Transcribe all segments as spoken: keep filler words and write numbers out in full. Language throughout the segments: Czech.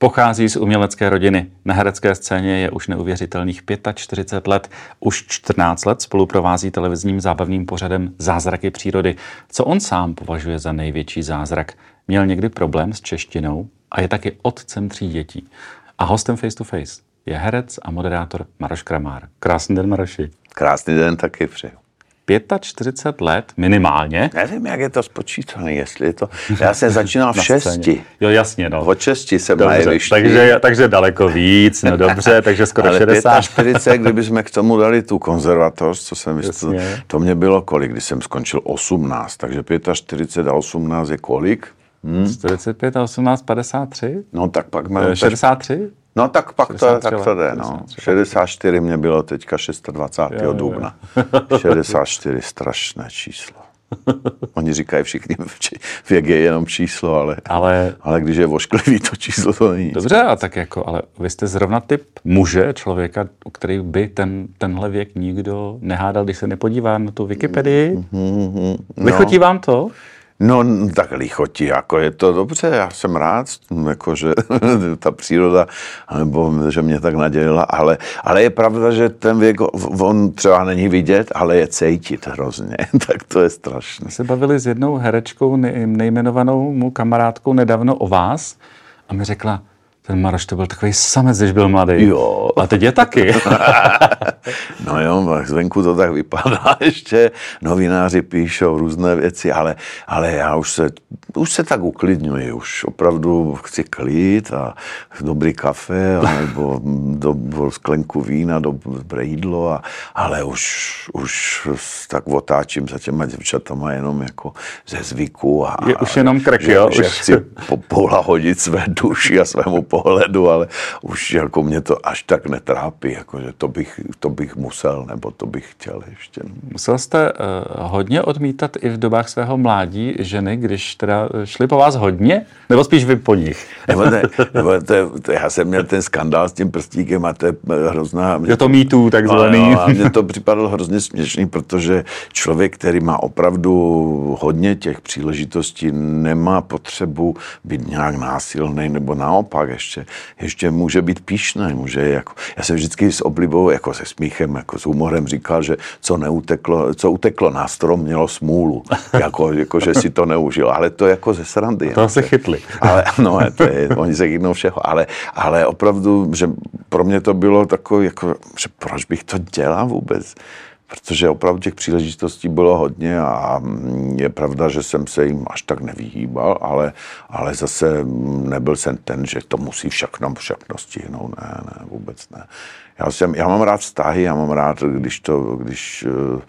Pochází z umělecké rodiny. Na herecké scéně je už neuvěřitelných čtyřicet pět let. Už čtrnáct let spoluprovází televizním zábavným pořadem Zázraky přírody. Co on sám považuje za největší zázrak? Měl někdy problém s češtinou a je taky otcem tří dětí. A hostem Face to Face je herec a moderátor Maroš Kramár. Krásný den, Maroši. Krásný den taky přeju. čtyřicet pět let minimálně. Nevím, jak je to spočítané, jestli je to... Já jsem začínal v šesti. Jo, jasně, no. Od šesti jsem dobře, na jevišti. Takže, takže daleko víc, no dobře, takže skoro ale šedesát. čtyřicet pět, kdybychom k tomu dali tu konzervatoř, co jsem vystudil, to mě bylo kolik, když jsem skončil osmnáct, takže čtyřicet pět a osmnáct je kolik? Hm? čtyřicet pět a osmnáct, padesát tři? No tak pak... Mám šedesát tři? No tak pak to, tak to jde, no. šedesát čtyři mě bylo teďka dvacátého šestého dubna. šedesát čtyři, strašné číslo. Oni říkají všichni, věk je jenom číslo, ale, ale... ale když je vošklivý, to číslo to není. Dobře, a tak jako, ale vy jste zrovna typ muže, člověka, u který by ten, tenhle věk nikdo nehádal, když se nepodívá na tu Wikipedii. Mm-hmm, no. Vychotí vám to? No tak lichotí, jako je to dobře, já jsem rád, jako, že ta příroda, nebo že mě tak nadělila, ale, ale je pravda, že ten věk, on třeba není vidět, ale je cítit hrozně, tak to je strašné. My se bavili s jednou herečkou, nejmenovanou mu kamarádkou nedávno o vás a mi řekla, ten Maroš to byl takový samec, když byl mladý. Jo. A teď je taky. No jo, zvenku to tak vypadá ještě. Novináři píšou různé věci, ale, ale já už se, už se tak uklidňuji. Už opravdu chci klid a dobrý kafe, nebo do, sklenku vína, dobré jídlo, a, ale už, už tak otáčím za těma děvčatama jenom jako ze zvyku. A, je už jenom krek, že, jo? Že už chci pohlahodit své duši a svému pohledu, ale už jako mě to až tak netrápí, jakože to bych, to bych musel, nebo to bych chtěl ještě. Musel jste uh, hodně odmítat i v dobách svého mládí ženy, když teda šli po vás hodně, nebo spíš vy po nich? Nebo ne, nebo to, to, já jsem měl ten skandál s tím prstíkem a to je hrozná... Je to Me Too, takzvaný. No, a mně to připadalo hrozně směšný, protože člověk, který má opravdu hodně těch příležitostí, nemá potřebu být nějak násilný, nebo naopak ještě, ještě může být pyšný, může jako... Já jsem vždycky s oblibou, jako se smíchem, jako s humorem říkal, že co neuteklo, co uteklo na strom, mělo smůlu. Jako, jako že si to neužil. Ale to jako ze srandy. To se chytli. Ale, no, to je, oni se chytnou všeho. Ale, ale opravdu, že pro mě to bylo takové, jako, že proč bych to dělal vůbec? Protože opravdu těch příležitostí bylo hodně a je pravda, že jsem se jim až tak nevyhýbal, ale, ale zase nebyl jsem ten, že to musí všechno, všechno stihnout. Ne, ne, vůbec ne. Já, jsem, já mám rád vztahy, já mám rád, když, to, když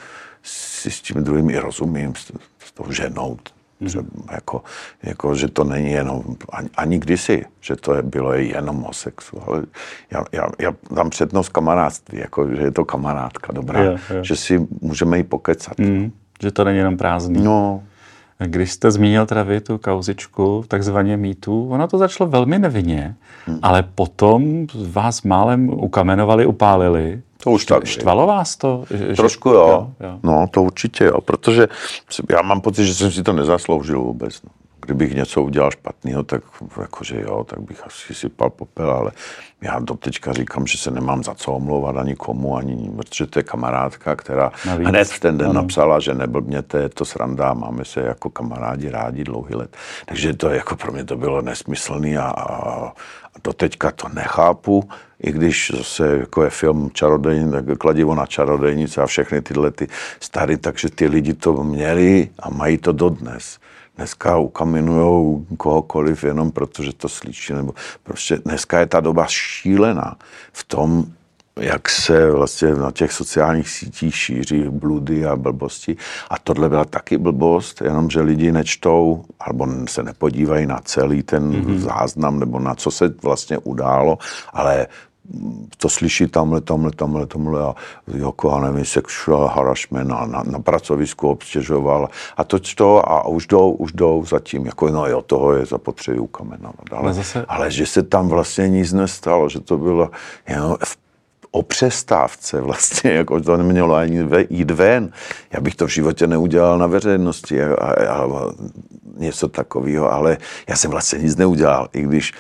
si s tím druhým i rozumím, s, s tou ženou. Třeba, jako, jako, že to není jenom, ani, ani kdysi, že to je, bylo jenom o sexu, ale já, já, já dám přednost kamarádství, jako, že je to kamarádka dobrá, je, je. Že si můžeme jí pokecat. Mm, že to není jenom prázdný. No. Když jste zmínil teda vy tu kauzičku, takzvaně Me Too, ono to začalo velmi nevinně, hmm. ale potom vás málem ukamenovali, upálili. To už tak. Štvalo vás to? Že, trošku jo. jo, jo. No to určitě jo, protože já mám pocit, že jsem si to nezasloužil vůbec. No. Kdybych něco udělal špatného, tak jakože jo, tak bych asi sypal popel, ale já do teďka říkám, že se nemám za co omlouvat ani komu, ani, protože to je kamarádka, která navíc hned v ten den ano. napsala, že neblbněte, je to sranda, máme se jako kamarádi rádi dlouhý let. Takže to jako pro mě to bylo nesmyslný a, a do teďka to nechápu, i když zase jako je film Čarodejnice, tak Kladivo na čarodejnice a všechny tyhle ty starý, takže ty lidi to měli a mají to dodnes. Dneska ukamenujou kohokoliv jenom protože to slyší, nebo prostě dneska je ta doba šílená v tom, jak se vlastně na těch sociálních sítích šíří bludy a blbosti. A tohle byla taky blbost, jenomže lidi nečtou, alebo se nepodívají na celý ten mm-hmm. záznam, nebo na co se vlastně událo, ale to slyší tamhle, tamhle, tamhle, tamhle a jako, já nevím, sexual harassment a na, na pracovisku obstěžoval a to čtou a už jdou, už jdou zatím, jako no jo, toho je zapotřebí ukamenovat. Ale, zase... ale že se tam vlastně nic nestalo, že to bylo jenom v o přestávce vlastně, jako to nemělo ani jít ven. Já bych to v životě neudělal na veřejnosti a, a, a něco takového, ale já jsem vlastně nic neudělal, i když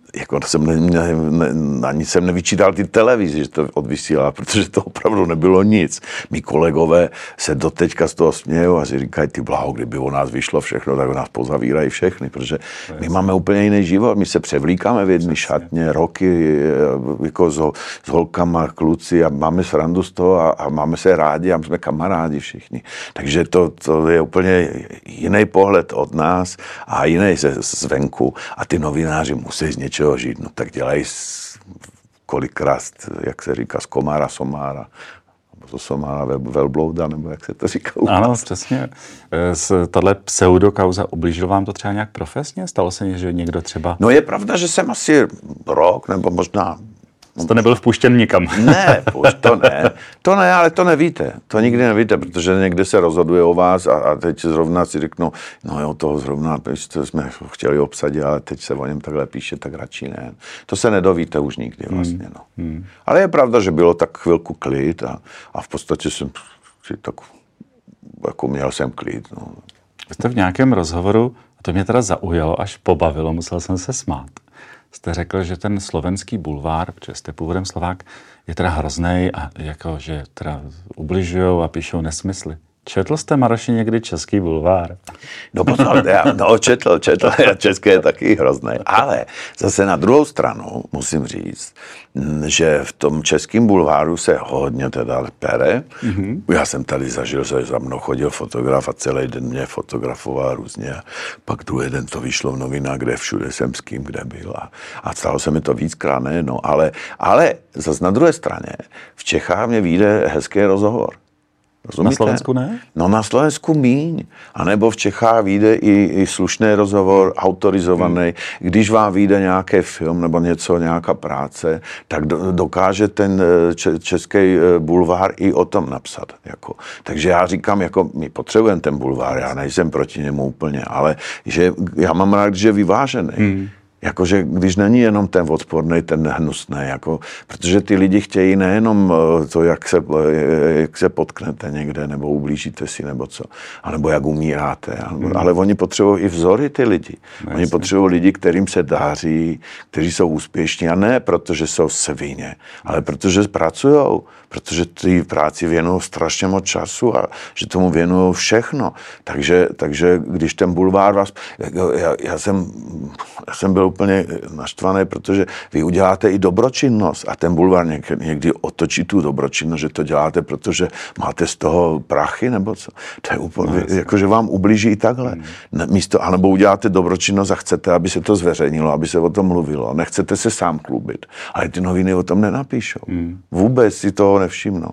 jako jsem ne, ne, ne, ani jsem nevyčítal ty televizi, že to odvysílá, protože to opravdu nebylo nic. Mí kolegové se doteďka z toho smějou a si říkají, ty blaho, kdyby o nás vyšlo všechno, tak o nás pozavírají všechny, protože my máme úplně jiný život, my se převlíkáme v jedné šatně, roky, jako s, s holkama, kluci a máme srandu z toho a, a máme se rádi a jsme kamarádi všichni. Takže to, to je úplně jiný pohled od nás a jiný ze, zvenku a ty novináři musí z něčeho žít, no tak dělají kolikrát, jak se říká, z komára somára, nebo z somára velblouda, nebo jak se to říká. Ano, přesně. Tahle pseudokauza, ublížil vám to třeba nějak profesně? Stalo se, že někdo třeba... No je pravda, že jsem asi rok, nebo možná... Jste nebyl vpuštěn nikam. Ne, to ne, to ne, ale to nevíte, to nikdy nevíte, protože někde se rozhoduje o vás a, a teď zrovna si řeknou, no jo, toho zrovna to jsme chtěli obsadit, ale teď se o něm takhle píše, tak radši ne. To se nedovíte už nikdy vlastně, no. Hmm. Hmm. Ale je pravda, že bylo tak chvilku klid a, a v podstatě jsem si tak, jako měl jsem klid, no. Vy jste v nějakém rozhovoru, a to mě teda zaujalo, až pobavilo, musel jsem se smát. Jste řekl, že ten slovenský bulvár, protože jste původem Slovák, je teda hroznej a jako, že teda ubližujou a píšou nesmysly. Četl jste, Maroši, někdy český bulvár? No pozor, já, no četl, četl, české je taky hrozné. Ale zase na druhou stranu musím říct, že v tom českém bulváru se hodně teda pere. Mm-hmm. Já jsem tady zažil, že za mnou chodil fotograf a celý den mě fotografoval různě. Pak druhý den to vyšlo v novinách, kde všude jsem s kým, kde byl. A, a stalo se mi to víckrát, ne, no, ale, ale zase na druhé straně v Čechách mě vyjde hezký rozhovor. Rozumíte? Na Slovensku ne? No na Slovensku míň. A nebo v Čechách vyjde i, i slušný rozhovor, autorizovaný. Hmm. Když vám vyjde nějaký film nebo něco, nějaká práce, tak do, dokáže ten český bulvár i o tom napsat. Jako. Takže já říkám, jako my potřebujeme ten bulvár, já nejsem proti němu úplně, ale že já mám rád, že je vyvážený. Hmm. Jakože když není jenom ten odporný, ten hnusný, jako, protože ty lidi chtějí nejenom to, jak se, jak se potknete někde, nebo ublížíte si, nebo co, anebo jak umíráte, hmm. ale oni potřebují i vzory ty lidi. No, oni potřebují lidi, kterým se dáří, kteří jsou úspěšní a ne protože jsou svině, ale protože pracujou, protože ty práci věnují strašně moc času a že tomu věnují všechno. Takže, takže když ten bulvár vás... Já, já, jsem, já jsem byl úplně naštvaný, protože vy uděláte i dobročinnost a ten bulvár někdy otočí tu dobročinnost, že to děláte, protože máte z toho prachy nebo co. To je úplně, no, jakože vám ublíží i takhle. Hmm. Místo, anebo uděláte dobročinnost a chcete, aby se to zveřejnilo, aby se o tom mluvilo. Nechcete se sám klubit, ale ty noviny o tom nenapíšou. Hmm. Vůbec si toho nevšimnou.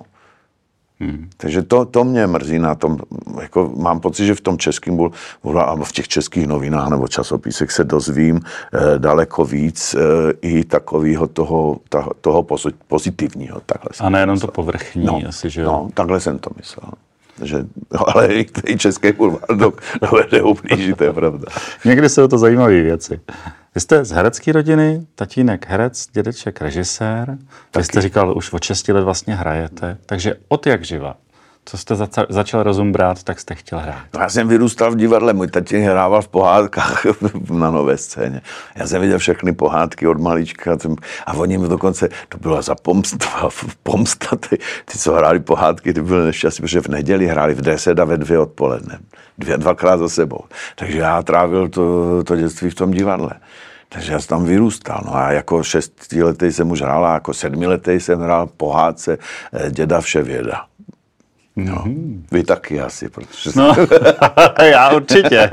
Hmm. Takže to, to mě mrzí na tom, jako mám pocit, že v tom českém bulváru, v těch českých novinách nebo časopisech se dozvím eh, daleko víc eh, i takového toho, ta, toho pozitivního. Takhle a nejenom to povrchní, no, asi, že jo? No, takhle jsem to myslel. Že, ale i, i české bulvár dovede ublížit, to je pravda. Někdy jsou to zajímavé věci. Vy jste z herecké rodiny, tatínek herec, dědeček režisér. Vy jste říkal, už od šesti let vlastně hrajete, takže od jak živa? Co jste zaca- začal rozum brát, tak jste chtěl hrát? No, já jsem vyrůstal v divadle, můj tatínek hrával v pohádkách na Nové scéně. Já jsem viděl všechny pohádky od malička a oni mi dokonce, to byla za pomsta, pomsta ty, ty, co hráli pohádky, ty byly nešťastní, protože v neděli hráli v deset a ve dvě odpoledne. Dvě, dvakrát za sebou. Takže já trávil to, to dětství v tom divadle. Takže já jsem tam vyrůstal. No a jako šestiletý jsem už hrál a jako sedmiletý jsem hrál pohádce Děda Vševěda. No, mm-hmm. Vy taky asi, protože... No, já určitě.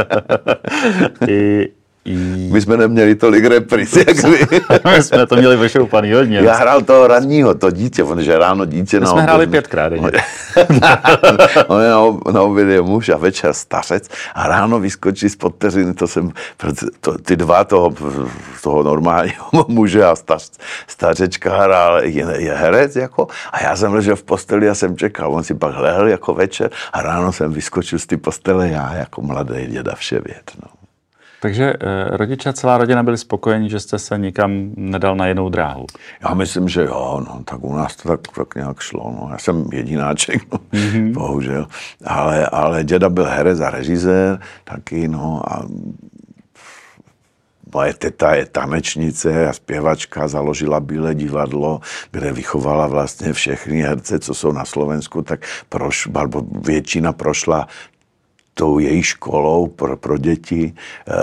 I, i... My jsme neměli tolik repris, jak vy. My jsme to měli vyšoupaný hodně. Já hrál toho ranního, to dítě, protože ráno dítě... My jsme hráli pětkrát. On je na, na oběd je muž a večer stařec a ráno vyskočí z podteřiny, to jsem, to, ty dva toho, toho normálního muže a stař, stařečka hrál, je, je herec jako a já jsem ležel v posteli a jsem čekal, on si pak lehl jako večer a ráno jsem vyskočil z ty postele já jako mladý Děda Vševěd, no. Takže eh, rodiče a celá rodina byli spokojeni, že jste se nikam nedal na jinou dráhu? Já myslím, že jo, no, tak u nás to tak, tak nějak šlo, no. Já jsem jedináček, no, mm-hmm. bohužel, ale, ale děda byl herec a režisér taky, no, a moje teta je tanečnice a zpěvačka, založila Bílé divadlo, kde vychovala vlastně všechny herce, co jsou na Slovensku, tak proš, většina prošla tou její školou pro, pro děti.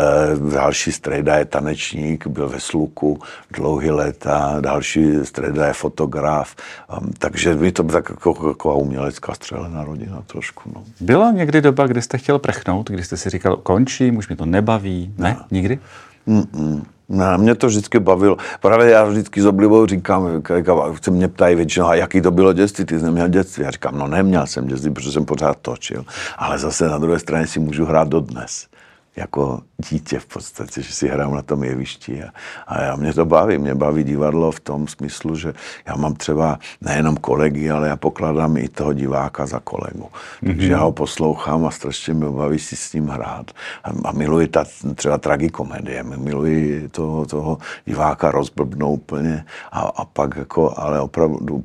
E, další strejda je tanečník, byl ve Sluku dlouhý léta, další strejda je fotograf. Um, takže mi to byla taková umělecká střelená rodina trošku. No. Byla někdy doba, kdy jste chtěl prchnout, kdy jste si říkal, končím, už mi to nebaví? Ne? ne? Nikdy? Mm-mm. Ne, mě to vždycky bavilo. Právě já vždycky s oblibou říkám, se mě ptají většinou, a jaký to bylo dětství, ty jsi neměl dětství. Já říkám, no neměl jsem dětství, protože jsem pořád točil. Ale zase na druhé straně si můžu hrát dodnes. Jako dítě v podstatě, že si hrám na tom jevišti. A, a já, mě to baví. Mě baví divadlo v tom smyslu, že já mám třeba nejenom kolegy, ale já pokládám i toho diváka za kolegu. Mm-hmm. Takže já ho poslouchám a strašně mě baví si s ním hrát. A, a miluji ta, třeba tragikomedie. Miluji toho, toho diváka rozblbnou úplně. A, a pak jako, ale opravdu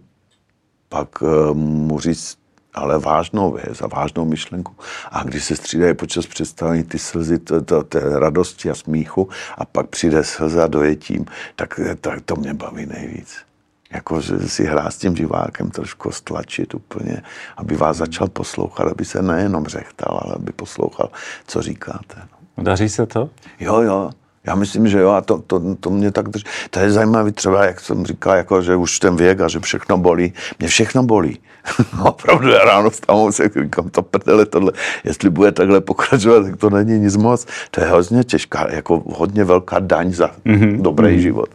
pak uh, mu říct, ale vážnou věc a vážnou myšlenku. A když se střídají počas představení ty slzy, to, to, to radosti a smíchu a pak přijde slza dojetím, tak, tak to mě baví nejvíc. Jako, že si hrát s tím divákem, trošku stlačit úplně, aby vás začal poslouchat, aby se nejenom řechtal, ale aby poslouchal, co říkáte. No. Daří se to? Jo, jo. Já myslím, že jo, a to, to, to mě tak drží. To je zajímavé třeba, jak jsem říkal, jako, že už ten věk a že všechno bolí. Mě všechno bolí. No, opravdu, já ráno vstávám se, říkám, to prdele, tohle, jestli bude takhle pokračovat, tak to není nic moc. To je hodně těžká, jako hodně velká daň za mm-hmm. dobrý mm-hmm. život.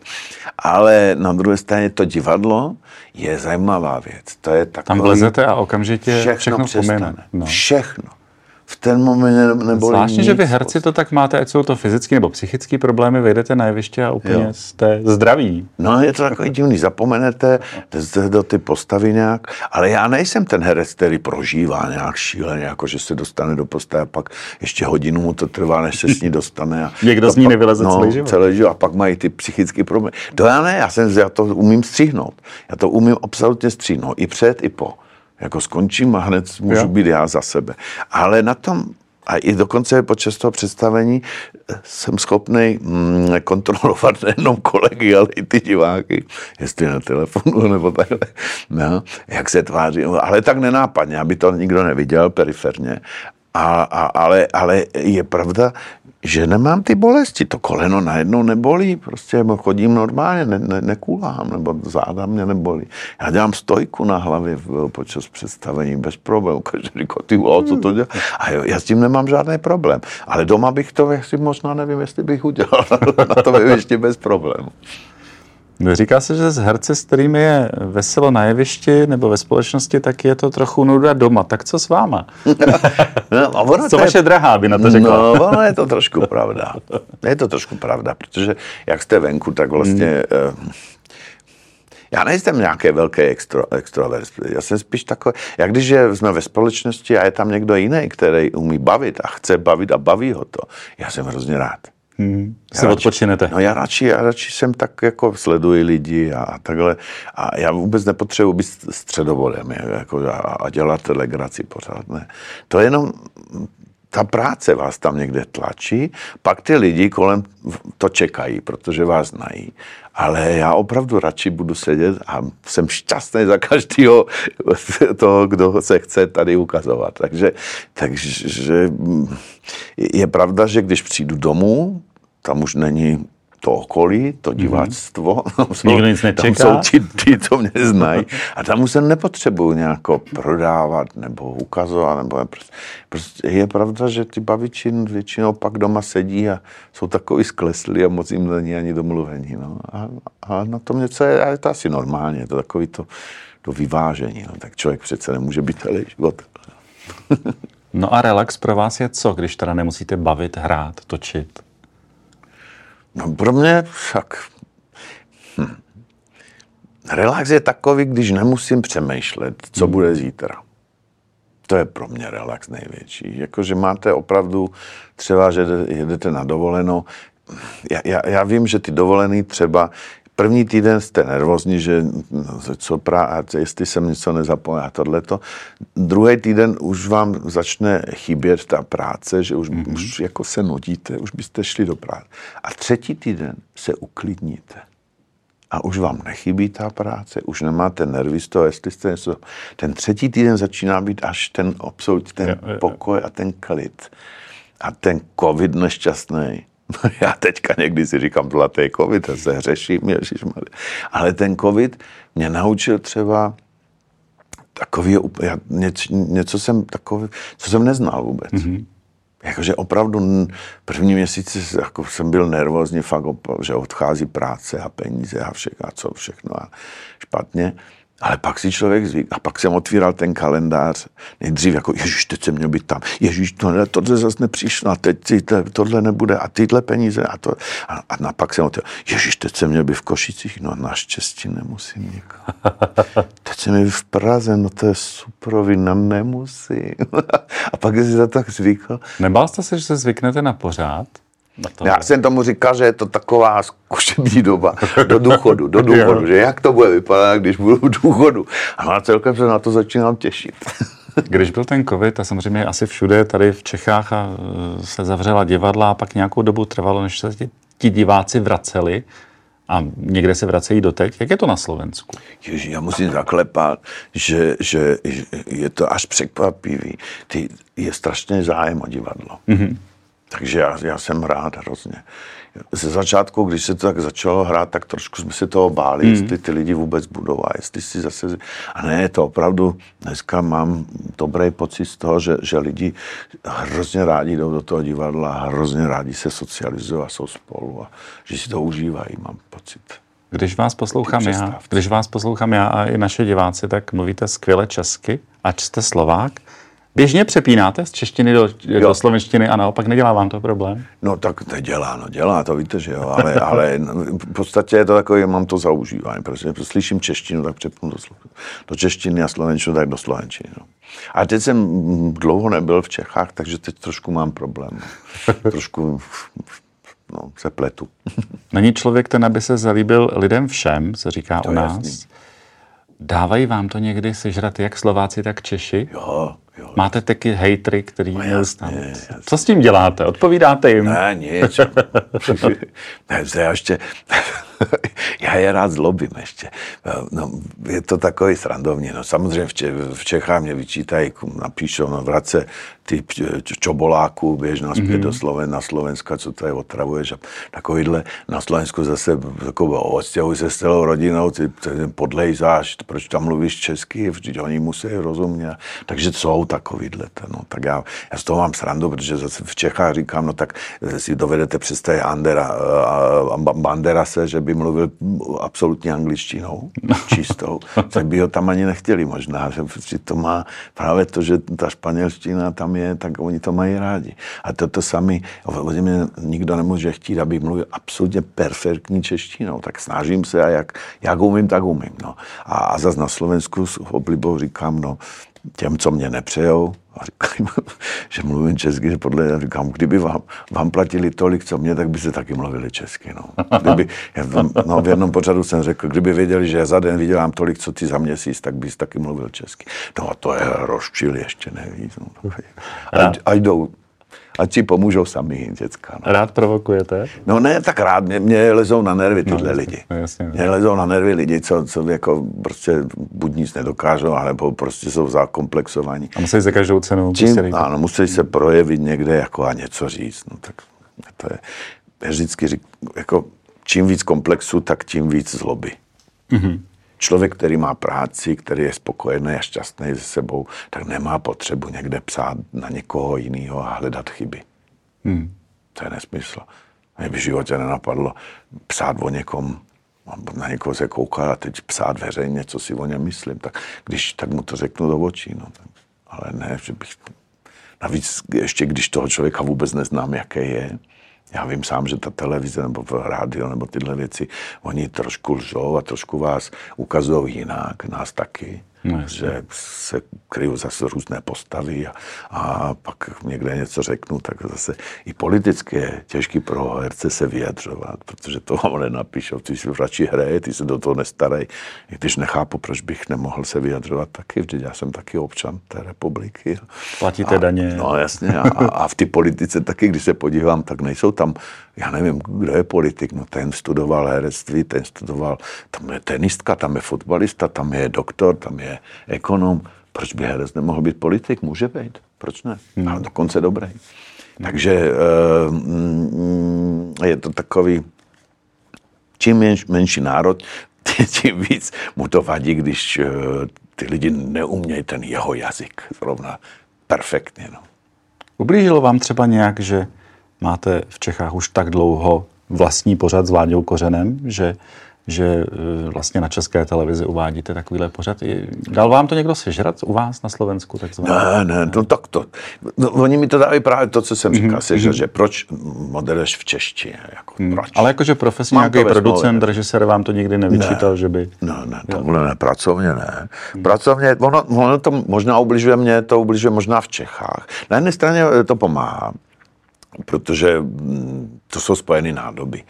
Ale na druhé straně to divadlo je zajímavá věc. To je takový, tam vlezete a okamžitě všechno, všechno přestane. No. Všechno. V ten moment nebolí zvláštně, nic. Že vy herci to tak máte, ať jsou to fyzické nebo psychické problémy, vyjdete na jeviště a úplně jo. jste zdraví. No je to takový divný, zapomenete do ty postavy nějak, ale já nejsem ten herec, který prožívá nějak šíleně, jako že se dostane do postavy a pak ještě hodinu mu to trvá, než se s ní dostane. A někdo z ní nevyleze no, celý život. celý život. A pak mají ty psychické problémy. To já ne, já, jsem, já to umím stříhnout. Já to umím absolutně stříhnout, i před, i po. Jako skončím a hned můžu jo. být já za sebe. Ale na tom, a i dokonce počas toho představení jsem schopný mm, kontrolovat nejenom kolegy, ale i ty diváky, jestli na telefonu nebo takhle, no, jak se tváří. Ale tak nenápadně, aby to nikdo neviděl periferně. A, a, ale, ale je pravda, že nemám ty bolesti. To koleno najednou nebolí, prostě chodím normálně, ne, ne, nekulám, nebo záda mě nebolí. Já dělám stojku na hlavě počas představení bez problémů. Každý říká, ty vole, co to dělá? A jo, já s tím nemám žádný problém. Ale doma bych to, jestli možná nevím, jestli bych udělal, na to bych ještě bez problémů. Říká se, že z herce, s kterými je veselo na jevišti nebo ve společnosti, tak je to trochu nuda doma. Tak co s váma? No, co vaše je... drahá by na to řekla? No, ono je to trošku pravda. Je to trošku pravda, protože jak jste venku, tak vlastně... Hmm. Já nejsem nějaký velký extro, extrovert. Já jsem spíš takový, jak když je, jsme ve společnosti a je tam někdo jiný, který umí bavit a chce bavit a baví ho to. Já jsem hrozně rád. Hmm. Se odpočinete. No já radši, já radši jsem tak jako sleduji lidi a, a takhle. A já vůbec nepotřebuji být středovodem jako a, a dělat legraci pořád. Ne. To je jenom ta práce vás tam někde tlačí, pak ty lidi kolem to čekají, protože vás znají. Ale já opravdu radši budu sedět a jsem šťastný za každého toho, kdo se chce tady ukazovat. Takže, takže je pravda, že když přijdu domů, tam už není to okolí, to diváctvo. Mm-hmm. Nikdo nic nečeká. Tam jsou ti, ti, co mě znají. A tam už se nepotřebuju nějak prodávat nebo ukazovat. Nebo prostě, prostě je pravda, že ty baviči většinou pak doma sedí a jsou takový skleslí a moc jim není ani domluvení. No. A, a na tom něco je, je to asi normálně, je to takový to, to vyvážení. No. Tak člověk přece nemůže být celý život. No a relax pro vás je co, když teda nemusíte bavit, hrát, točit? No pro mě však... Hm. Relax je takový, když nemusím přemýšlet, co hmm. bude zítra. To je pro mě relax největší. Jakože máte opravdu třeba, že jedete na dovolenou. Já, já, já vím, že ty dovolený třeba první týden jste nervózní, že co prá, jestli jsem něco nezapomněl a tohleto. Druhý týden už vám začne chybět ta práce, že už, mm-hmm. už jako se nudíte, už byste šli do práce. A třetí týden se uklidníte. A už vám nechybí ta práce, už nemáte nervy z toho, jestli jste něco... Ten třetí týden začíná být až ten absolutní, ten jo, jo. pokoj a ten klid. A ten covid nešťastný. Já teďka někdy si říkám, zlatý covid, a se hřeším, ježišmarja. Ale ten covid mě naučil třeba takový, já něco, něco jsem takový, co jsem neznal vůbec. Mm-hmm. Jakože opravdu první měsíc jako jsem byl nervózní, fakt, že odchází práce a peníze a všechno, a co všechno a špatně. Ale pak si člověk zvyk. A pak jsem otvíral ten kalendář. Nejdřív jako, ježiš, teď jsem měl být tam. Ježiš, tohle, tohle zase nepřišlo. A teď tyhle, tohle nebude. A tyhle peníze. A, to, a, a pak jsem otvíral. Ježiš, teď jsem měl být v Košicích. No naštěstí nemusím nikam. Teď jsem měl být v Praze. No to je superovina, nemusím. A pak si za to zvykl. Nebál jste se, že se zvyknete na pořád? Já jsem tomu říkal, že je to taková zkušební doba do důchodu, do důchodu, že jak to bude vypadat, když budu v důchodu. A celkem se na to začínám těšit. Když byl ten covid a samozřejmě asi všude tady v Čechách a se zavřela divadla a pak nějakou dobu trvalo, než se ti diváci vraceli a někde se vracejí doteď. Jak je to na Slovensku? Ježi, já musím zaklepat, že, že je to až překvapivý. Ty, je strašně zájem o divadlo. Mm-hmm. Takže já, já jsem rád hrozně. Ze začátku, když se to tak začalo hrát, tak trošku jsme se toho báli, mm. jestli ty lidi vůbec budou a jestli si zase... A ne, to opravdu dneska mám dobrý pocit z toho, že, že lidi hrozně rádi jdou do toho divadla a hrozně rádi se socializují a jsou spolu a že si to užívají, mám pocit. Když vás poslouchám já, když vás poslouchám já a i naše diváci, tak mluvíte skvěle česky, ač jste Slovák. Běžně přepínáte z češtiny do, do slovenštiny a naopak nedělá vám to problém? No tak to dělá, no dělá, to víte, že jo, ale, ale v podstatě je to takové, mám to zaužívání, protože slyším češtinu, tak přepnu do, do češtiny a slovenštinu, tak do slovenštiny. No. A teď jsem dlouho nebyl v Čechách, takže teď trošku mám problém. Trošku no, se pletu. Není člověk ten, aby se zalíbil lidem všem, se říká to u nás. Jasný. Dávají vám to někdy sežrat jak Slováci, tak Češi? Jo, jo. Máte taky hejtry, který no, jasně, co s tím děláte? Odpovídáte jim? Ne, nic. ne, já ještě... já je rád zlobím ještě. No, je to takový srandovní. No, samozřejmě v, Če- v Čechách mě vyčítají, napíšou, no vrace ty čoboláků, běž naspět mm-hmm. do Sloven, na Slovenska, co to je, otravuješ. A takovýhle na Slovensku zase odstěhuj se s celou rodinou, ty, ty podlejzáš, proč tam mluvíš česky, vždyť oni musí rozumět. Takže jsou takovýhle. No, tak já, já z toho mám srandu, protože zase v Čechách říkám, no tak si dovedete představit Andera, a Bandera se, že by mluvil absolutně angličtinou, čistou, tak by ho tam ani nechtěli možná, že to má právě to, že ta španělština tam je, tak oni to mají rádi. A toto sami, ode mě nikdo nemůže chtít, aby mluvil absolutně perfektní češtinou, tak snažím se a jak, jak umím, tak umím. No. A, a zase na Slovensku s oblibou říkám, no, těm, co mě nepřejou, a říkám, že mluvím česky, že podle, říkám, kdyby vám, vám platili tolik, co mě, tak by se taky mluvili česky. No. Kdyby, no, v jednom pořadu jsem řekl, kdyby věděli, že já za den vydělám tolik, co ty za měsíc, tak bys taky mluvil česky. No a to je rozčili ještě nevíc. No. Ať, ať jdou. Ať si pomůžou sami, děcka. No. Rád provokujete? No ne, tak rád. Mě, mě lezou na nervy tyhle no, lidi. No, jasně, no. Mě lezou na nervy lidi, co, co jako prostě buď nic nedokážou, alebo prostě jsou zakomplexovaní. A musí za každou cenu. Čím, ano, musí se projevit někde jako a něco říct. No tak to je, já vždycky řík, jako čím víc komplexu, tak tím víc zloby. Mm-hmm. Člověk, který má práci, který je spokojený a šťastný se sebou, tak nemá potřebu někde psát na někoho jiného a hledat chyby. Hmm. To je nesmysl. Mě by v životě nenapadlo psát o někom, na někoho se koukat a teď psát veřejně, co si o něm myslím. Tak když tak mu to řeknu do očí. No, tak, ale ne, že bych... Navíc ještě když toho člověka vůbec neznám, jaké je. Já vím sám, že ta televize nebo rádio nebo tyhle věci, oni trošku lžou a trošku vás ukazují jinak, nás taky. No, že se kryjí zase různé postavy a, a pak někde něco řeknu, tak zase i politicky je těžký pro herce se vyjadřovat, protože to vám nenapíšou, ty si radši hraje, ty se do toho nestarej, i když nechápu, proč bych nemohl se vyjadřovat taky, vždyť já jsem taky občan té republiky. Platíte a, daně. No jasně, a, a v té politice taky, když se podívám, tak nejsou tam, já nevím, kdo je politik, no ten studoval herectví, ten studoval, tam je tenistka, tam je fotbalista, tam je doktor, tam je ekonom. Proč by herec nemohl být politik? Může být. Proč ne? Hmm. A dokonce dobrý. Hmm. Takže uh, je to takový, čím menš, menší národ, tím víc mu to vadí, když uh, ty lidi neumějí ten jeho jazyk zrovna perfektně. No. Ublížilo vám třeba nějak, že máte v Čechách už tak dlouho vlastní pořad s Vláďou Kořenem, že že vlastně na České televizi uvádíte takovýhle pořad. Dal vám to někdo sežrat u vás na Slovensku? Takzvané? Ne, ne, no tak to. No, oni mi to dávají právě to, co jsem říkal, mm-hmm. sežrat, že proč moderuješ v češtině? Jako, mm. proč? Ale jakože profesně nějaký producent, režisér vám to nikdy nevyčítal, ne, že by... No, ne, tohle ne, pracovně ne. Mm. Pracovně, ono, ono to možná ubližuje mě, to ubližuje možná v Čechách. Na jedné straně to pomáhá, protože to jsou spojené nádoby.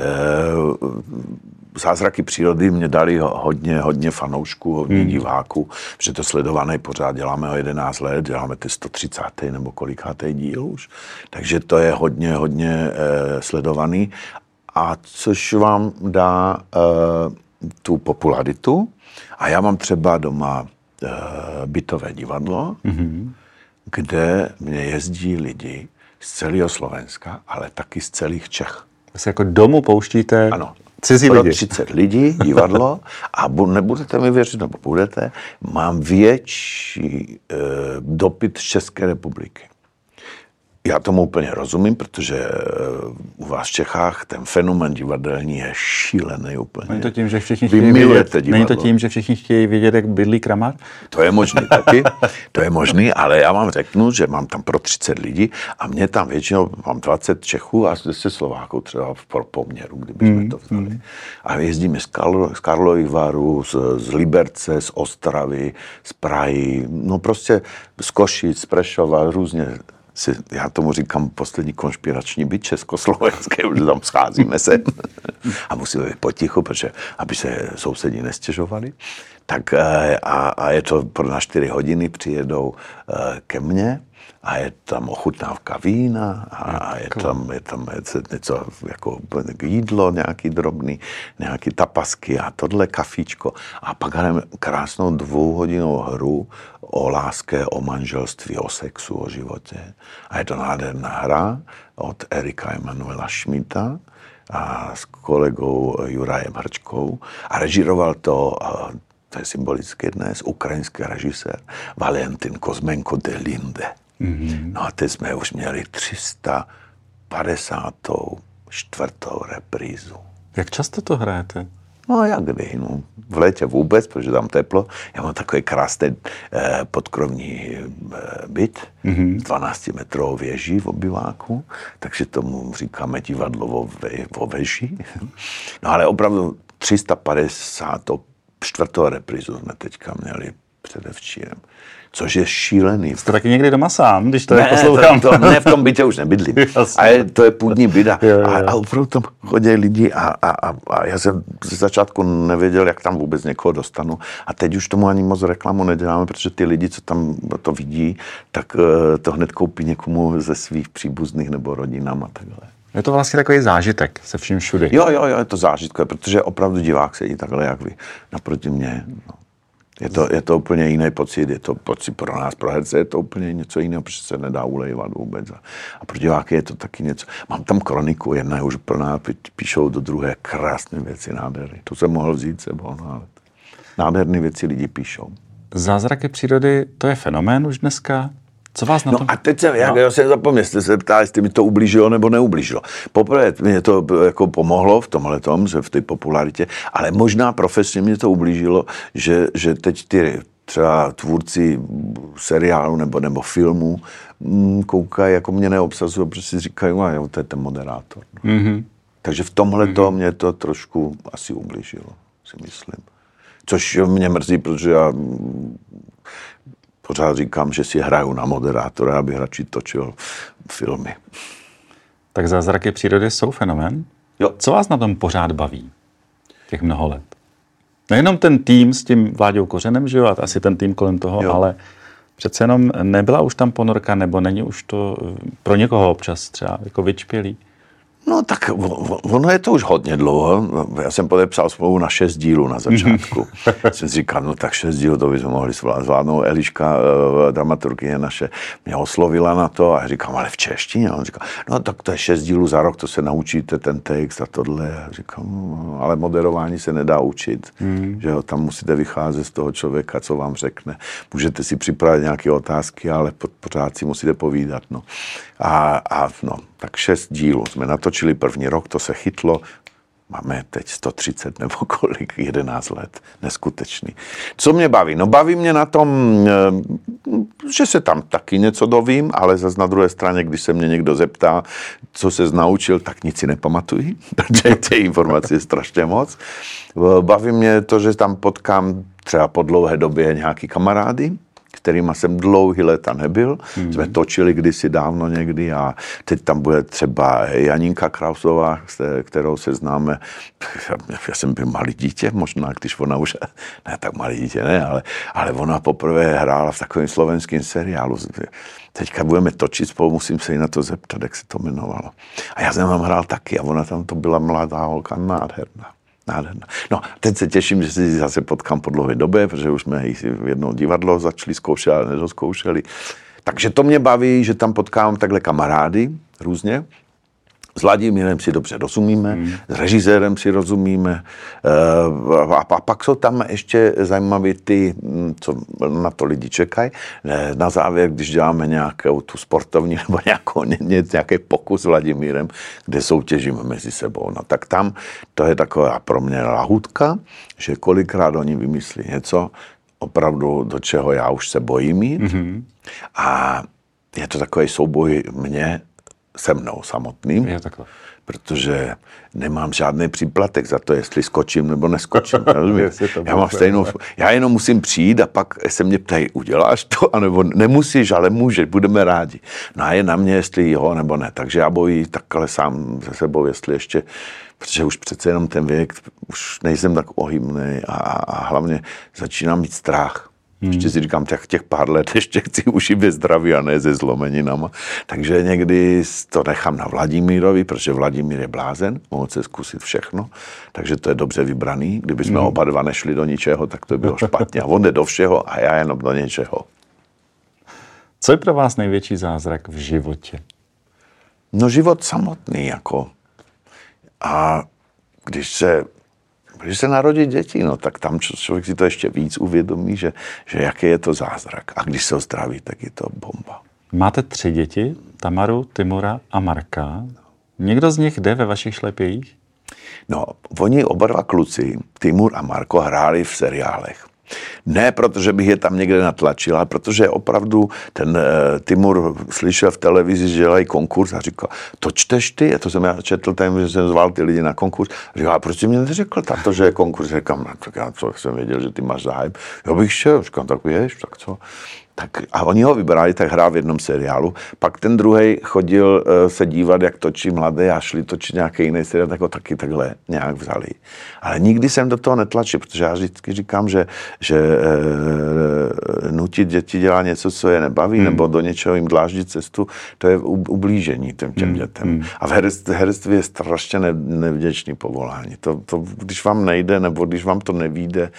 Zázraky přírody mě dali hodně, hodně fanoušků, hodně hmm. diváků, protože to sledovaný pořád, děláme ho jedenáct let, děláme ty sto třicátý nebo kolikátý díl už, takže to je hodně, hodně eh, sledovaný, a což vám dá eh, tu popularitu. A já mám třeba doma eh, bytové divadlo, hmm. kde mě jezdí lidi z celého Slovenska, ale taky z celých Čech. Vlastně jako domů pouštíte ano, cizí lidi. třicet lidí, divadlo, a nebudete mi věřit, nebo budete, mám větší e, dopyt z České republiky. Já tomu úplně rozumím, protože u vás v Čechách ten fenomén divadelní je šílený úplně. Není to tím, že všichni chtějí vědět, Není to tím, že všichni chtějí vědět, jak bydlí Kramar? To je možný taky, to je možný, ale já vám řeknu, že mám tam pro třicet lidí a mě tam většinou mám dvacet Čechů a deset Slováků třeba v poměru, kdybychom mm, to vzali. Mm. A jezdíme z, Karlo, z Karlových Varů, z, z Liberce, z Ostravy, z Prahy, no prostě z Košic, z Prešova, různě. Si, já tomu říkám poslední konšpirační byt československé, už tam scházíme se a musíme být potichu, protože aby se sousedí nestěžovali. Tak a, a je to pro na čtyři hodiny, přijedou ke mně a je tam ochutnávka vína a je tam, je tam něco jako jídlo, nějaký drobný, nějaký tapasky a tohle kafíčko. A pak hrajeme krásnou dvouhodinovou hru o lásce, o manželství, o sexu, o životě. A je to nádherná hra od Erika Emanuela Schmidta a s kolegou Jurajem Hrčkou. A režíroval to, to je symbolické dnes, ukrajinský režisér Valentin Kozmenko de Linde. Mm-hmm. No a teď jsme už měli tři sta padesát čtvrtou reprízu. Jak často to hrajete? No jak kdy, no. V létě vůbec, protože tam teplo. Já mám takový krásný eh, podkrovní eh, byt, mm-hmm. dvanáctimetrovou věží v obyváku, takže tomu říkáme divadlo o, ve, o veži. No ale opravdu tři sta padesát čtvrtou reprízu jsme teďka měli předevčírem. Což je šílený. Jste taky někdy doma sám, když to ne, je poslouchám? To, to, ne, v tom bytě už nebydlím. A je, to je půdní byt. A, a opravdu tam chodí lidi a, a, a, a já jsem ze začátku nevěděl, jak tam vůbec někoho dostanu. A teď už tomu ani moc reklamu neděláme, protože ty lidi, co tam to vidí, tak to hned koupí někomu ze svých příbuzných nebo rodinám a takhle. Je to vlastně takový zážitek se vším všudy. Jo, jo, jo, je to zážitek, protože opravdu divák sedí takhle, jak vy, naproti mně. No. Je to, je to úplně jiný pocit, je to pocit pro nás, pro herce, je to úplně něco jiného, protože se nedá ulejvat vůbec. A, a pro diváky je to taky něco. Mám tam kroniku, jedna už pro nás píšou do druhé krásné věci, nádherné. To jsem mohl vzít sebou, no, ale nádherné věci lidi píšou. Zázraky přírody, to je fenomén už dneska? Co vás na no tom... a teď jsem, jak no. já jsem zapomněl, jste se ptali, jestli mi to ublížilo nebo neublížilo. Poprvé mě to jako pomohlo v tomhletom, že v té popularitě, ale možná profesně mě to ublížilo, že, že teď ty třeba tvůrci seriálu nebo, nebo filmu m, koukají, jako mě neobsazují, protože si říkají, a jo, to je ten moderátor. No. Mm-hmm. Takže v tomhletom mm-hmm. mě to trošku asi ublížilo, si myslím. Což mě mrzí, protože já pořád říkám, že si hraju na moderátora, abych radši točil filmy. Tak Zázraky přírody jsou fenomén? Jo. Co vás na tom pořád baví? Těch mnoho let. Nejenom ten tým s tím Vláďou Kořenem, že jo, a asi ten tým kolem toho, jo. Ale přece jenom nebyla už tam ponorka, nebo není už to pro někoho občas třeba jako vyčpělý? No tak ono je to už hodně dlouho. Já jsem podepsal smlouvu na šest dílů na začátku. Jsem si říkal, no tak šest dílů to bychom mohli zvládnout. Eliška, dramaturgyně naše, mě oslovila na to a říkám, ale v češtině? A on říkal, no tak to je šest dílů za rok, to se naučíte ten text a tohle. A říkám, no, ale moderování se nedá učit. Hmm. Že jo, tam musíte vycházet z toho člověka, co vám řekne. Můžete si připravit nějaké otázky, ale pořád si musíte povídat. No. A, a no, tak šest dílů jsme natočili první rok, to se chytlo. Máme teď sto třicet nebo kolik, jedenáct let. Neskutečný. Co mě baví? No baví mě na tom, že se tam taky něco dovím, ale zase na druhé straně, když se mě někdo zeptá, co se naučil, tak nic si nepamatuji, protože té informace je strašně moc. Baví mě to, že tam potkám třeba po dlouhé době nějaký kamarády, kterýma jsem dlouhý léta nebyl. Hmm. Jsme točili kdysi dávno někdy a teď tam bude třeba Janinka Krausová, kterou se známe. Já jsem byl malý dítě, možná, když ona už, ne tak malý dítě, ne, ale, ale ona poprvé hrála v takovém slovenském seriálu. Teďka budeme točit spolu, musím se jí na to zeptat, jak se to jmenovalo. A já jsem tam hrál taky a ona tam to byla mladá holka, nádherná. Nádherná. No, teď se těším, že si zase potkám po dlouhé době, protože už jsme jedno divadlo začali zkoušet, ale nedoskoušeli. Takže to mě baví, že tam potkávám takhle kamarády různě. S Vladimírem si dobře rozumíme, hmm. s režisérem si rozumíme. A, a pak jsou tam ještě zajímavé ty, co na to lidi čekají. Na závěr, když děláme nějakou tu sportovní nebo nějakou, nějaký pokus s Vladimírem, kde soutěžíme mezi sebou. No tak tam to je taková pro mě lahutka, že kolikrát oni vymyslí něco, opravdu do čeho já už se bojím jít. Hmm. A je to takový souboj mě se mnou samotným, je takhle. Protože nemám žádný příplatek za to, jestli skočím nebo neskočím. Já mám stejnou, já jenom musím přijít a pak se mě ptají, uděláš to, anebo nemusíš, ale můžeš, budeme rádi. No a je na mě, jestli jo nebo ne. Takže já bojí takhle sám se sebou, jestli ještě, protože už přece jenom ten věk, už nejsem tak ohybný a, a hlavně začínám mít strach. Hmm. Ještě si říkám, těch, těch pár let ještě chci uživě zdraví a ne se zlomeninama. Takže někdy to nechám na Vladimírovi, protože Vladimír je blázen, mohl se zkusit všechno, takže to je dobře vybraný. Kdyby jsme hmm. oba dva nešli do ničeho, tak to by bylo špatně. A on jde do všeho a já jenom do něčeho. Co je pro vás největší zázrak v životě? No život samotný, jako. A když se Když se narodí děti, no, tak tam člověk si to ještě víc uvědomí, že, že jaký je to zázrak. A když se zdraví, tak je to bomba. Máte tři děti, Tamaru, Timura a Marka. Někdo z nich jde ve vašich šlepějích? No, oni oba dva kluci, Timur a Marko, hráli v seriálech. Ne, protože bych je tam někde natlačil, ale protože opravdu ten uh, Timur slyšel v televizi, že dělají konkurs a říkal, to čteš ty? A to jsem já četl tam, že jsem zval ty lidi na konkurs. A říkal, a proč jsi mě neřekl tato, že je konkurs? Říkám, no, tak já co, jsem věděl, že ty máš zájem. Já bych šel. Říkám, tak běž, tak co? Tak, a oni ho vybrali, tak hrál v jednom seriálu. Pak ten druhej chodil uh, se dívat, jak točí mladé a šli točit nějaký jiný seriál, tak ho taky takhle nějak vzali. Ale nikdy jsem do toho netlačil, protože já vždycky říkám, že, že uh, nutit děti dělat něco, co je nebaví, hmm. nebo do něčeho jim dláždit cestu, to je ublížení těm, těm dětem. Hmm. A v herství, herství je strašně ne, nevděčný povolání. To, to, když vám nejde, nebo když vám to nevíde,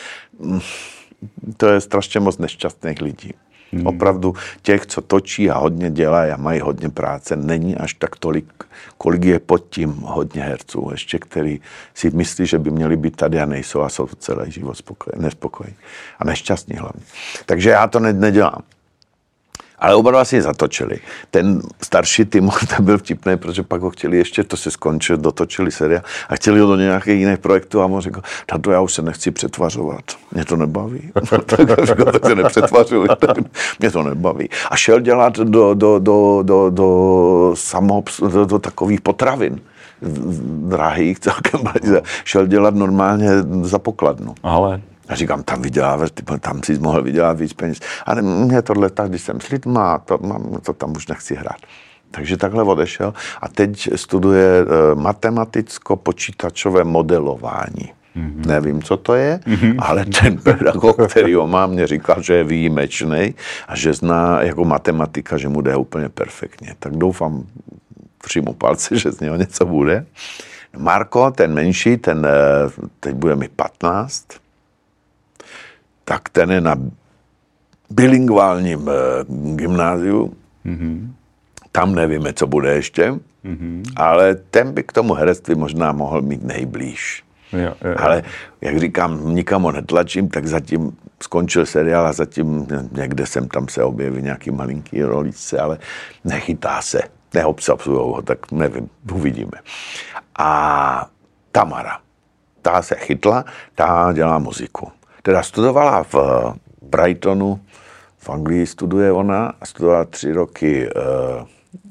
to je strašně moc nešťastných lidí. Hmm. Opravdu těch, co točí a hodně dělají a mají hodně práce, není až tak tolik, kolik je pod tím hodně herců, ještě který si myslí, že by měli být tady a nejsou a jsou celý život spokojení, nespokojení a nešťastní hlavně. Takže já to ne, nedělám. Ale oba dva si zatočili. Ten starší Timur, ten byl vtipný, protože pak ho chtěli ještě, to se skončilo, dotočili seriál a chtěli ho do nějakých jiných projektů a on řekl, tato, já už se nechci přetvařovat, mě to nebaví. tak, řekl, tak se nepřetvařuj, mě to nebaví. A šel dělat do, do, do, do, do, samoobs, do, do takových potravin drahých celkem. Šel dělat normálně za pokladnu. Ale... A říkám, tam vyděláváš, tam si mohl vydělat víc peněz. Ale mě tohle tak, když jsem s lidma, to, to tam už nechci hrát. Takže takhle odešel a teď studuje matematicko-počítačové modelování. Mm-hmm. Nevím, co to je, mm-hmm. ale ten pedagog, který ho má, mě říkal, že je výjimečný a že zná jako matematika, že mu jde úplně perfektně. Tak doufám, přijmu palce, že z něho něco bude. Marko, ten menší, ten teď bude mi patnáct, tak ten je na bilingválním gymnáziu. Mm-hmm. Tam nevíme, co bude ještě, mm-hmm. ale ten by k tomu herectví možná mohl mít nejblíž. Jo, jo, jo. Ale jak říkám, nikam ho netlačím, tak zatím skončil seriál a zatím někde jsem tam se objeví nějaký malinký roličce, ale nechytá se, neobsazujou ho, tak nevím, uvidíme. A Tamara, ta se chytla, ta dělá muziku. Teda studovala v Brightonu, v Anglii studuje ona a studovala tři roky uh,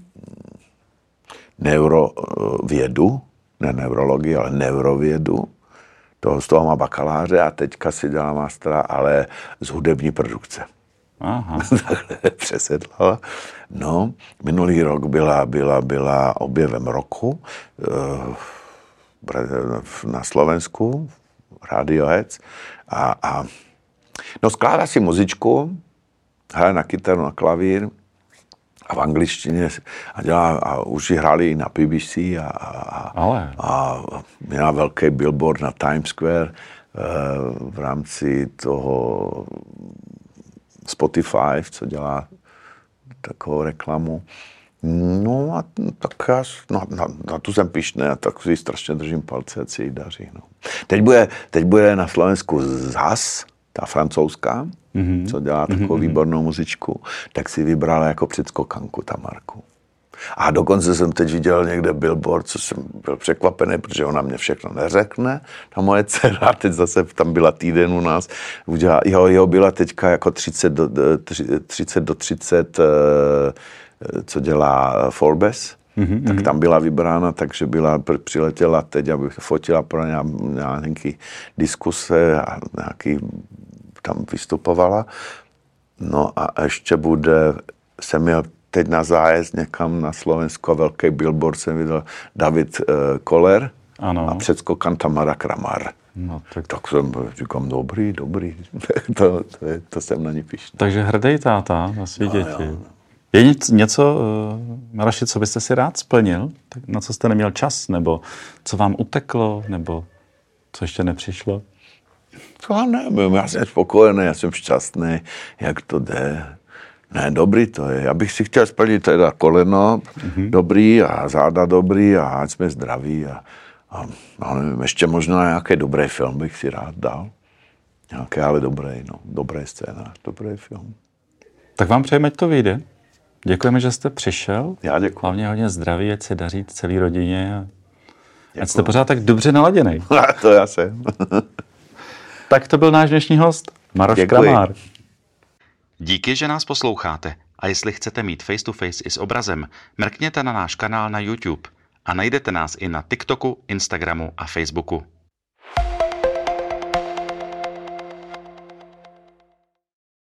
neurovědu, ne neurologii, ale neurovědu. Toho, z toho má bakaláře a teďka si dělá mastera, ale z hudební produkce. Aha. Takhle přesedlala. No, minulý rok byla, byla, byla objevem roku uh, na Slovensku, Radiohead. A, a no, skládá si muzičku, hraje na kytaru, na klavír a v angličtině a dělá, a už ji hráli i na B B C a, a, Ale. a měla velký billboard na Times Square v rámci toho Spotify, co dělá takovou reklamu. No a tak já na, na, na tu jsem pyšný a tak si strašně držím palce, ať si ji daří. No. Teď, bude, teď bude na Slovensku zas, ta francouzská, mm-hmm. co dělá takovou mm-hmm. výbornou muzičku, tak si vybrala jako předskokanku Tamarku. A dokonce jsem teď viděl někde billboard, co jsem byl překvapený, protože ona mě všechno neřekne. Ta moje dcera, teď zase tam byla týden u nás, udělala, jo, jo, byla teďka jako třicet do třicet, co dělá Forbes, mm-hmm. tak tam byla vybrána, takže byla, přiletěla teď, aby fotila pro nějaké diskuse a nějaký tam vystupovala. No a ještě bude, jsem měl teď na zájezd někam na Slovensko, velký billboard jsem viděl, David uh, Koller ano. a předskokan Tamara Kramar. No, tak... tak jsem říkám, dobrý, dobrý, to, to, je, to jsem na ní pyšný. Takže hrdý táta na svý no, děti. Jo, no. Je nic, něco, uh, Maroši, co byste si rád splnil? Tak na co jste neměl čas? Nebo co vám uteklo? Nebo co ještě nepřišlo? To nevím, já jsem spokojený, já jsem šťastný, jak to jde. Ne, dobrý to je. Já bych si chtěl splnit teda koleno mm-hmm. dobrý a záda dobrý a ať jsme zdraví. A, a, a nevím, ještě možná nějaký dobrý film bych si rád dal. Nějaký, ale dobrý, no. Dobrý scénář, dobrý film. Tak vám přejeme, ať to vyjde. Děkujeme, že jste přišel. Já děkuji. Hlavně hodně zdraví, ať se daří celé rodině. A ať jste pořád tak dobře naladěnej. To já jsem. Tak to byl náš dnešní host, Maroš Děkuji. Kramár. Díky, že nás posloucháte. A jestli chcete mít face to face i s obrazem, mrkněte na náš kanál na YouTube a najdete nás i na TikToku, Instagramu a Facebooku.